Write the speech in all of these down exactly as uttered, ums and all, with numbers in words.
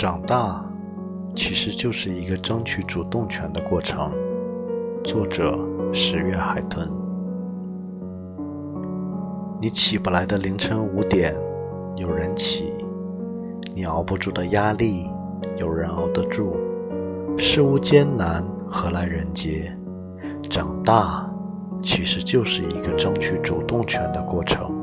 长大其实就是一个争取主动权的过程。作者十月海豚。你起不来的凌晨五点，有人起；你熬不住的压力，有人熬得住。事物艰难，何来人杰？长大其实就是一个争取主动权的过程。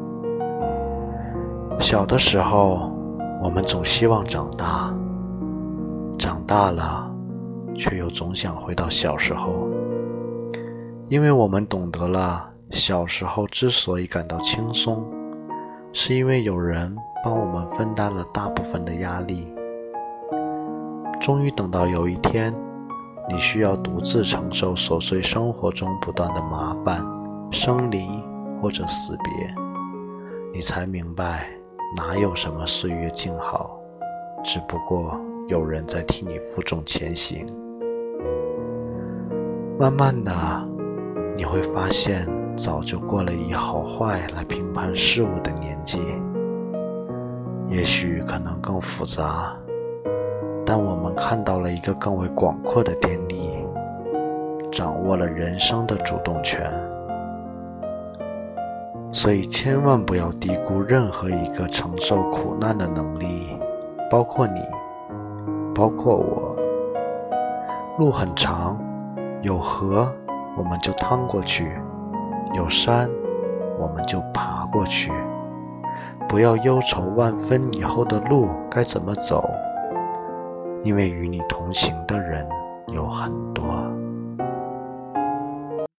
小的时候，我们总希望长大，长大了，却又总想回到小时候，因为我们懂得了小时候之所以感到轻松，是因为有人帮我们分担了大部分的压力。终于等到有一天，你需要独自承受琐碎生活中不断的麻烦、生离或者死别，你才明白哪有什么岁月静好，只不过有人在替你负重前行。慢慢的，你会发现早就过了以好坏来评判事物的年纪，也许可能更复杂，但我们看到了一个更为广阔的天地，掌握了人生的主动权。所以千万不要低估任何一个承受苦难的能力，包括你，包括我。路很长，有河我们就趟过去，有山我们就爬过去。不要忧愁万分以后的路该怎么走，因为与你同行的人有很多。